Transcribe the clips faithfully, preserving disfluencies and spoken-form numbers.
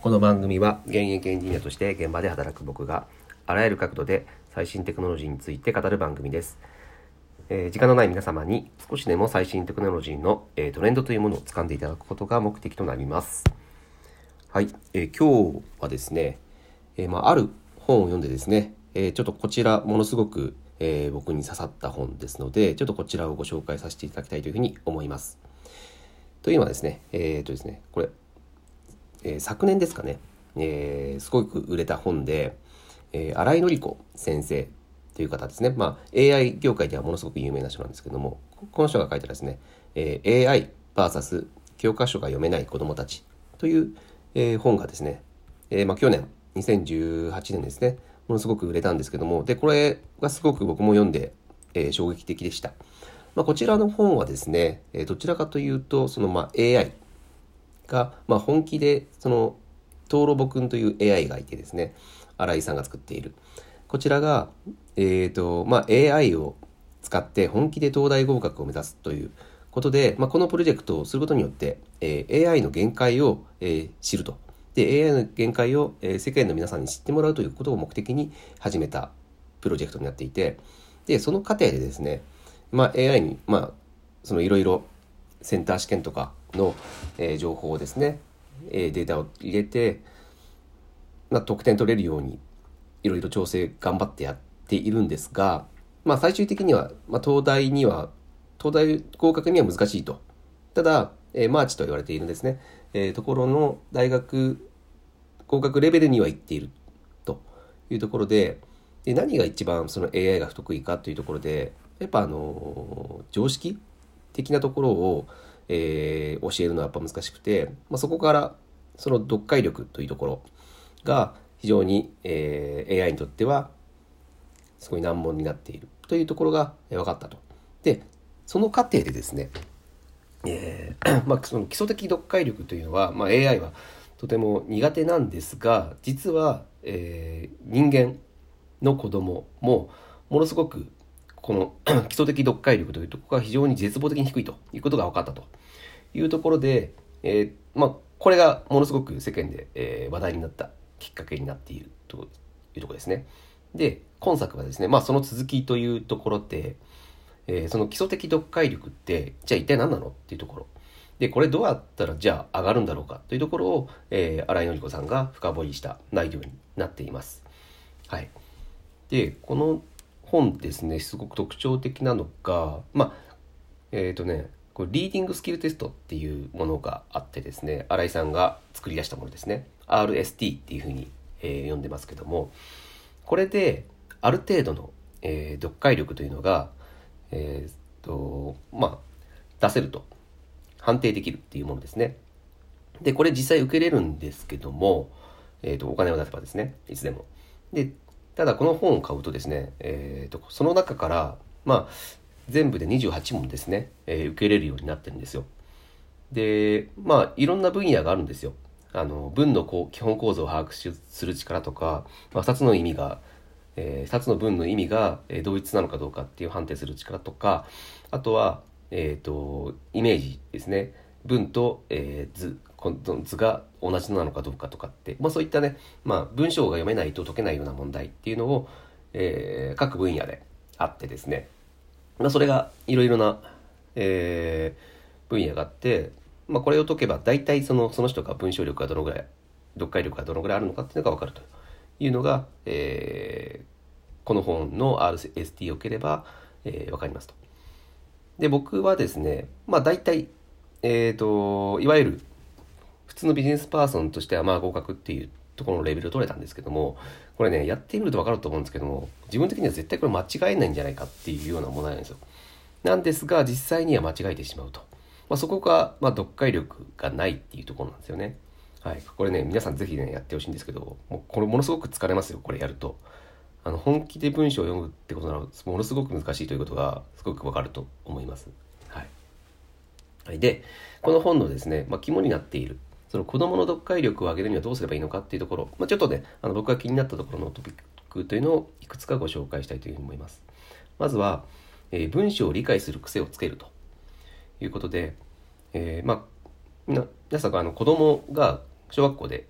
この番組は現役エンジニアとして現場で働く僕があらゆる角度で最新テクノロジーについて語る番組です。えー、時間のない皆様に少しでも最新テクノロジーの、えー、トレンドというものを掴んでいただくことが目的となります。はい、えー、今日はですね、えーまあ、ある本を読んでですね、えー、ちょっとこちらものすごく、えー、僕に刺さった本ですので、ちょっとこちらをご紹介させていただきたいというふうに思います。というのはですね、えーとですね、これえー、昨年ですかね、えー、すごく売れた本で、えー、新井紀子先生という方ですね。まあ エーアイ 業界ではものすごく有名な人なんですけども、この人が書いたですね、えー、エーアイ ブイエス 教科書が読めない子どもたちという、えー、本がですね、えー、まあ去年にせんじゅうはちねんですね、ものすごく売れたんですけども、でこれがすごく僕も読んで、えー、衝撃的でした。まあ、こちらの本はですね、えー、どちらかというとそのまあ エーアイが、まあ、本気でそのトーロボくんという エーアイ がいてですね、新井さんが作っているこちらが、えーとまあ、エーアイ を使って本気で東大合格を目指すということで、まあ、このプロジェクトをすることによって、えー、エーアイ の限界を、えー、知ると。で エーアイ の限界を、えー、世間の皆さんに知ってもらうということを目的に始めたプロジェクトになっていて、でその過程でですね、まあ、エーアイ にまあそのいろいろセンター試験とかの、えー、情報をですね、えー、データを入れて、まあ、得点取れるようにいろいろ調整頑張ってやっているんですが、まあ、最終的には、まあ、東大には東大合格には難しいと。ただ、えー、マーチと言われているんですね、えー、ところの大学合格レベルには行っているというところで、で何が一番その エーアイ が不得意かというところで、やっぱあの常識的なところを、えー、教えるのはやっぱ難しくて、まあ、そこからその読解力というところが非常に、えー、エーアイ にとってはすごい難問になっているというところが分かったと。でその過程でですね、えーまあ、その基礎的読解力というのは、まあ、エーアイ はとても苦手なんですが、実は、えー、人間の子供もものすごくこの基礎的読解力というところが非常に絶望的に低いということが分かったというところで、えーまあ、これがものすごく世間で、えー、話題になったきっかけになっているというところですね。で今作はですね、まあ、その続きというところで、えー、その基礎的読解力ってじゃあ一体何なのっていうところで、これどうやったらじゃあ上がるんだろうかというところを、えー、新井紀子さんが深掘りした内容になっています。はい。でこの本ですね、すごく特徴的なのが、まあえっ、ー、とねこれリーディングスキルテストっていうものがあってですね、新井さんが作り出したものですね。 アールエスティー っていうふうに、えー、呼んでますけども、これである程度の、えー、読解力というのが、えーとまあ、出せると判定できるっていうものですね。でこれ実際受けれるんですけども、えーとお金を出せばですね、いつでも。でただこの本を買うとですね、えーとその中からまあ全部でにじゅうはち問ですね、えー、受けれるようになってるんですよ。でまあいろんな分野があるんですよ。あの文のこう基本構造を把握する力とか、まあ、ふたつの意味が、えー、ふたつの文の意味が同一なのかどうかっていう判定する力とか、あとは、えーとイメージですね。文と、えー、図この図が同じなのかどうかとかって、まあ、そういったね、まあ、文章が読めないと解けないような問題っていうのを、えー、各分野であってですね、まあ、それがいろいろな、えー、分野があって、まあ、これを解けば大体その、その人が文章力がどのぐらい、読解力がどのぐらいあるのかっていうのが分かるというのが、えー、この本の アールエスティー を受ければ、えー、分かりますと。で僕はですね、まあ大体、えーといわゆる普通のビジネスパーソンとしてはまあ合格っていうところのレベルを取れたんですけども、これねやってみると分かると思うんですけども、自分的には絶対これ間違えないんじゃないかっていうようなものなんですよ。なんですが実際には間違えてしまうと、まあ、そこが、まあ、読解力がないっていうところなんですよね。はい、これね皆さんぜひねやってほしいんですけど、もうこれものすごく疲れますよ、これやると。あの本気で文章を読むってことならものすごく難しいということがすごく分かると思います。はいはい、でこの本のですね、まあ、肝になっているその子どもの読解力を上げるにはどうすればいいのかっていうところ、まあ、ちょっとねあの僕が気になったところのトピックというのをいくつかご紹介したいというふうに思います。まずは、えー、文章を理解する癖をつけるということで、えー、まあ皆さんがあの子供が小学校で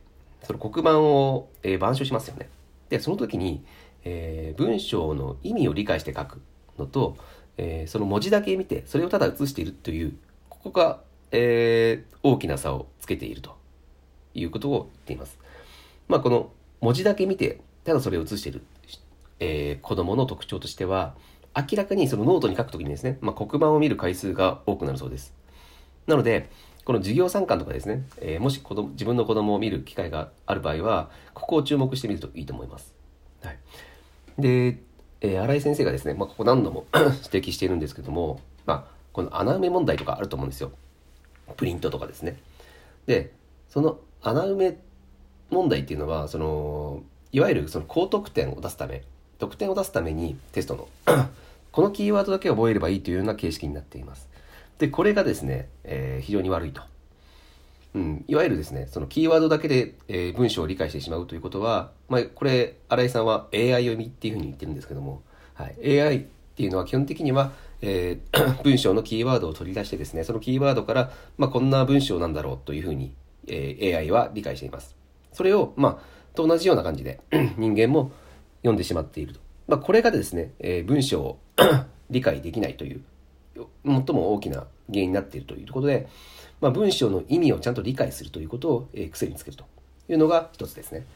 その黒板を、えー、板書しますよね。で、その時に、えー、文章の意味を理解して書くのと、えー、その文字だけ見て、それをただ写しているという、ここが、えー、大きな差をつけているということを言っています。まあ、この文字だけ見て、ただそれを写している、えー、子供の特徴としては、明らかにそのノートに書くときにですね、まあ、黒板を見る回数が多くなるそうです。なので、この授業参観とかですね、えー、もし子供自分の子供を見る機会がある場合は、ここを注目してみるといいと思います。はい、で、えー、新井先生がですね、まあ、ここ何度も指摘しているんですけども、まあ、この穴埋め問題とかあると思うんですよ。プリントとかですね。で、その穴埋め問題っていうのは、そのいわゆるその高得点を出すため、得点を出すためにテストのこのキーワードだけ覚えればいいというような形式になっています。で、これがですね、えー、非常に悪いと。うん、いわゆるですね、そのキーワードだけで、えー、文章を理解してしまうということは、まあ、これ、新井さんは エーアイ 読みっていうふうに言ってるんですけども、はい、エーアイ っていうのは基本的には、えー、文章のキーワードを取り出してですね、そのキーワードから、まあ、こんな文章なんだろうというふうに、えー、エーアイ は理解しています。それを、まあ、と同じような感じで人間も読んでしまっていると。まあ、これがですね、えー、文章を理解できないという、最も大きな原因になっているということで、まあ、文章の意味をちゃんと理解するということを、えー、癖につけるというのが一つですね。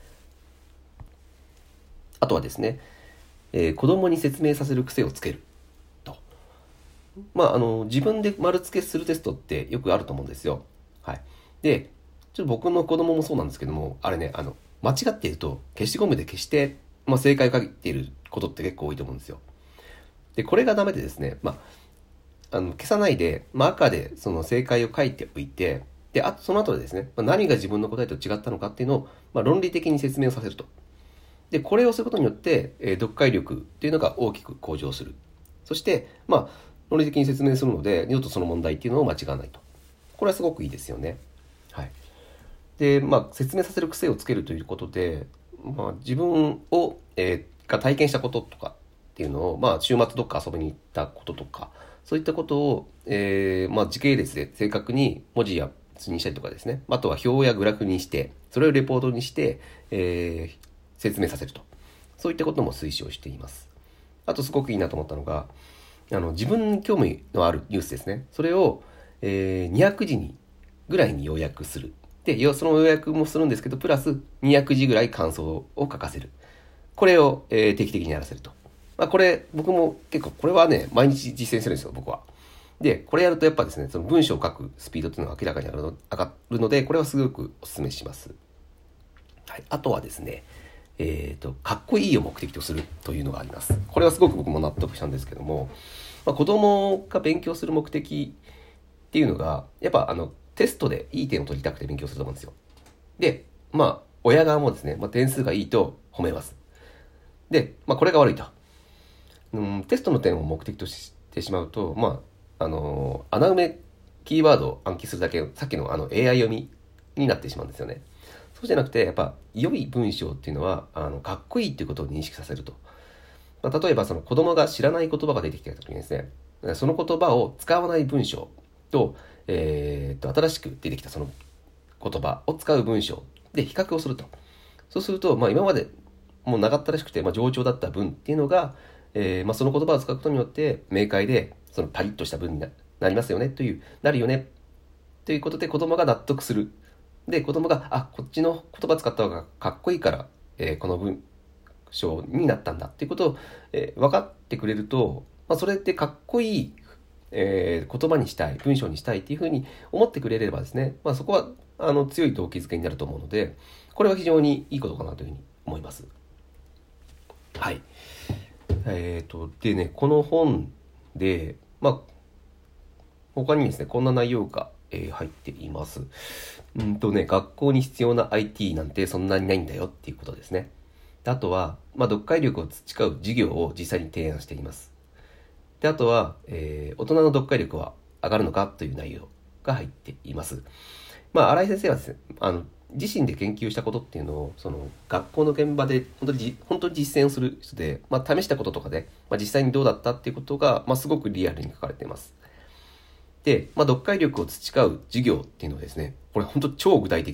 あとはですね、えー、子供に説明させる癖をつけると。まあ、あの、自分で丸付けするテストってよくあると思うんですよ。はい。で、ちょっと僕の子供もそうなんですけども、あれね、あの、間違っていると消しゴムで消して、まあ、正解を書いていることって結構多いと思うんですよ。で、これがダメでですね、まあ、あの消さないで、まあ、赤でその正解を書いておいて、で、あとその後でですね、まあ、何が自分の答えと違ったのかっていうのを、まあ、論理的に説明をさせると。で、これをすることによって、えー、読解力っていうのが大きく向上する。そして、まあ、論理的に説明するので、二度とその問題っていうのを間違わないと。これはすごくいいですよね。はい。で、まあ、説明させる癖をつけるということで、まあ、自分を、えー、が体験したこととかっていうのを、まあ、週末どっか遊びに行ったこととか、そういったことを、えーまあ、時系列で正確に文字や図にしたりとかですね、あとは表やグラフにして、それをレポートにして、えー、説明させると。そういったことも推奨しています。あとすごくいいなと思ったのが、あの自分に興味のあるニュースですね。それを、えー、にひゃくじにぐらいに要約する。で、その要約もするんですけど、プラスにひゃくじぐらい感想を書かせる。これを、えー、定期的にやらせると。まあ、これ、僕も結構、これはね、毎日実践してるんですよ、僕は。で、これやるとやっぱですね、その文章を書くスピードっていうのが明らかに上がるの、上がるので、これはすごくお勧めします。はい。あとはですね、えっと、かっこいいを目的とするというのがあります。これはすごく僕も納得したんですけども、まあ、子供が勉強する目的っていうのが、やっぱあの、テストでいい点を取りたくて勉強すると思うんですよ。で、まあ、親側もですね、まあ、点数がいいと褒めます。で、まあ、これが悪いと。うん、テストの点を目的としてしまうと、まあ、あのー、穴埋めキーワードを暗記するだけ、さっきのあの エーアイ 読みになってしまうんですよね。そうじゃなくて、やっぱ良い文章っていうのは、あの、かっこいいっていうことを認識させると。まあ、例えば、その子供が知らない言葉が出てきた時にですね、その言葉を使わない文章と、えー、と、新しく出てきたその言葉を使う文章で比較をすると。そうすると、まあ、今までもう長ったらしくて、まあ、冗長だった文っていうのが、えーまあ、その言葉を使うことによって明快でそのパリッとした文になりますよねというなるよねということで子供が納得する。で子供があこっちの言葉使った方がかっこいいから、えー、この文章になったんだっていうことを、えー、分かってくれると、まあ、それってかっこいい、えー、言葉にしたい文章にしたいっていうふうに思ってくれればですね、まあ、そこはあの強い動機づけになると思うので、これは非常にいいことかなというふうに思います。はい。えっと、でね、この本で、まあ、他にですね、こんな内容が、えー、入っています。うんとね、学校に必要な アイティー なんてそんなにないんだよっていうことですね。であとは、まあ、読解力を培う授業を実際に提案しています。で、あとは、えー、大人の読解力は上がるのかという内容が入っています。まあ、新井先生はですね、あの、自身で研究したことっていうのをその学校の現場で本当に本当に実践をする人で、まあ、試したこととかで、まあ、実際にどうだったっていうことが、まあ、すごくリアルに書かれています。で、まあ、読解力を培う授業っていうのはですね、これ本当超具体的に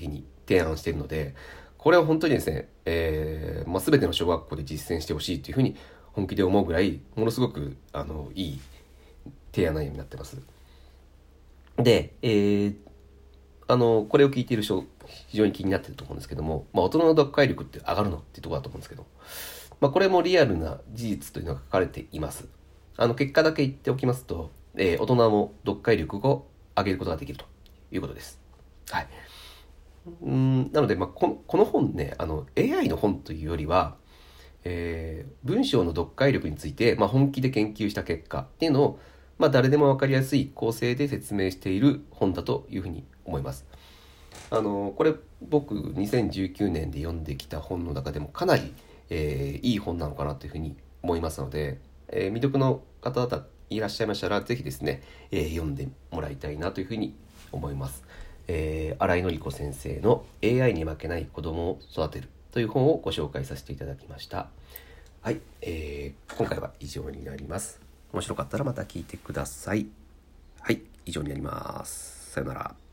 提案しているので、これは本当にですね、えーまあ、全ての小学校で実践してほしいというふうに本気で思うぐらい、ものすごくあのいい提案内容になってます。で、えー、あのこれを聞いている人非常に気になっていると思うんですけども、まあ、大人の読解力って上がるのっていうところだと思うんですけど、まあ、これもリアルな事実というのが書かれています。あの結果だけ言っておきますと、えー、大人も読解力を上げることができるということです。はい。うんなので、まあ、この、この本ね、あの エーアイ の本というよりは、えー文章の読解力について、まあ、本気で研究した結果っていうのを、まあ、誰でも分かりやすい構成で説明している本だというふうに思います。あのこれ僕にせんじゅうきゅうねんで読んできた本の中でもかなり、えーいい本なのかなというふうに思いますので、えー未読の方々いらっしゃいましたらぜひですね、えー読んでもらいたいなというふうに思います。えー、新井紀子先生の エーアイ に負けない子供を育てるという本をご紹介させていただきました。はい、えー今回は以上になります。面白かったらまた聞いてください。はい、以上になります。さよなら。